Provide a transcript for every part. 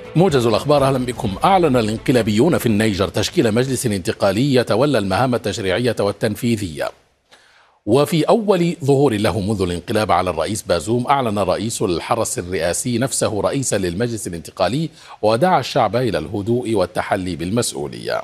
موجز الأخبار، أهلا بكم. أعلن الانقلابيون في النيجر تشكيل مجلس انتقالي يتولى المهام التشريعية والتنفيذية. وفي أول ظهور له منذ الانقلاب على الرئيس بازوم، أعلن رئيس الحرس الرئاسي نفسه رئيسا للمجلس الانتقالي ودعا الشعب إلى الهدوء والتحلي بالمسؤولية.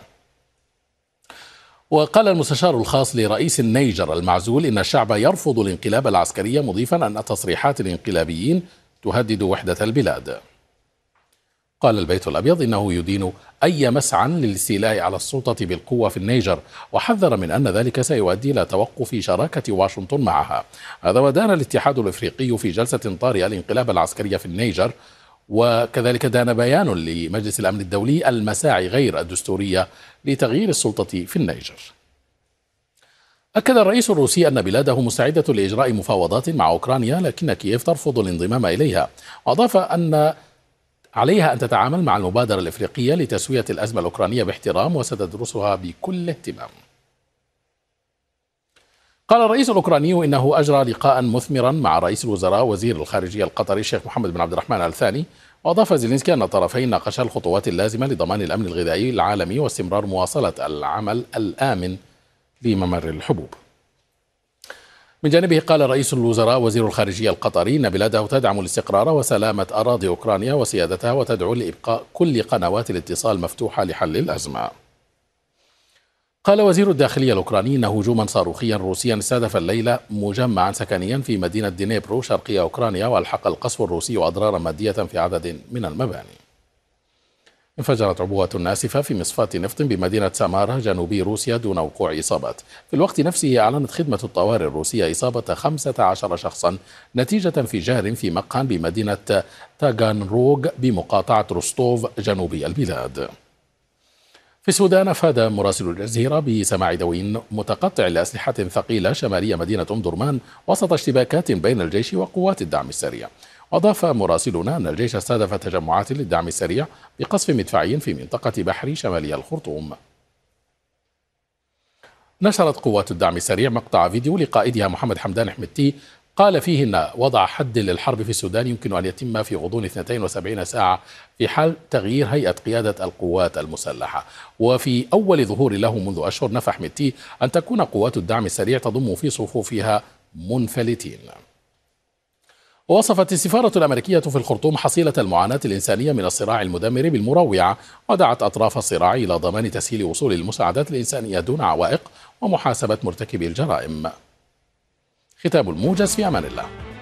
وقال المستشار الخاص لرئيس النيجر المعزول إن الشعب يرفض الانقلاب العسكري، مضيفا أن تصريحات الانقلابيين تهدد وحدة البلاد. قال البيت الأبيض إنه يدين أي مسعى للاستيلاء على السلطة بالقوة في النيجر، وحذر من أن ذلك سيؤدي إلى توقف شراكة واشنطن معها. هذا ودان الاتحاد الإفريقي في جلسة طارئة الانقلاب العسكري في النيجر، وكذلك دان بيان لمجلس الأمن الدولي المساعي غير الدستورية لتغيير السلطة في النيجر. أكد الرئيس الروسي أن بلاده مستعدة لإجراء مفاوضات مع أوكرانيا، لكن كييف ترفض الانضمام إليها، وأضاف أن عليها أن تتعامل مع المبادرة الإفريقية لتسوية الأزمة الأوكرانية باحترام وستدرسها بكل اهتمام. قال الرئيس الأوكراني إنه أجرى لقاء مثمرا مع رئيس الوزراء وزير الخارجية القطري الشيخ محمد بن عبد الرحمن آل ثاني، وأضاف زيلينسكي أن الطرفين ناقشا الخطوات اللازمة لضمان الأمن الغذائي العالمي واستمرار مواصلة العمل الآمن لممر الحبوب. من جانبه قال رئيس الوزراء وزير الخارجية القطري إن بلاده تدعم الاستقرار وسلامة أراضي أوكرانيا وسيادتها، وتدعو لإبقاء كل قنوات الاتصال مفتوحة لحل الأزمة. قال وزير الداخلية الأوكراني إن هجوما صاروخيا روسيا استهدف الليلة مجمعا سكنيا في مدينة دينيبرو شرقية أوكرانيا، وألحق القصف الروسي أضرارا مادية في عدد من المباني. انفجرت عبوة ناسفة في مصفاة نفط بمدينة سامارا جنوبي روسيا دون وقوع إصابات. في الوقت نفسه أعلنت خدمة الطوارئ الروسية إصابة 15 شخصا نتيجة انفجار في مقهى بمدينة تاغانروغ بمقاطعة روستوف جنوبي البلاد. في السودان أفاد مراسل الجزيرة بسماع دوي متقطع لأسلحة ثقيلة شمالية مدينة أم درمان وسط اشتباكات بين الجيش وقوات الدعم السريع. أضاف مراسلنا أن الجيش استهدف تجمعات للدعم السريع بقصف مدفعي في منطقة بحري شمالي الخرطوم. نشرت قوات الدعم السريع مقطع فيديو لقائدها محمد حمدان حمدتي قال فيه أن وضع حد للحرب في السودان يمكن أن يتم في غضون 72 ساعة في حال تغيير هيئة قيادة القوات المسلحة. وفي أول ظهور له منذ أشهر نفى حمدتي أن تكون قوات الدعم السريع تضم في صفوفها منفلتين. ووصفت السفارة الأمريكية في الخرطوم حصيلة المعاناة الإنسانية من الصراع المدمر بالمروعة، ودعت أطراف الصراع إلى ضمان تسهيل وصول المساعدات الإنسانية دون عوائق ومحاسبة مرتكبي الجرائم. ختام الموجز، في أمان الله.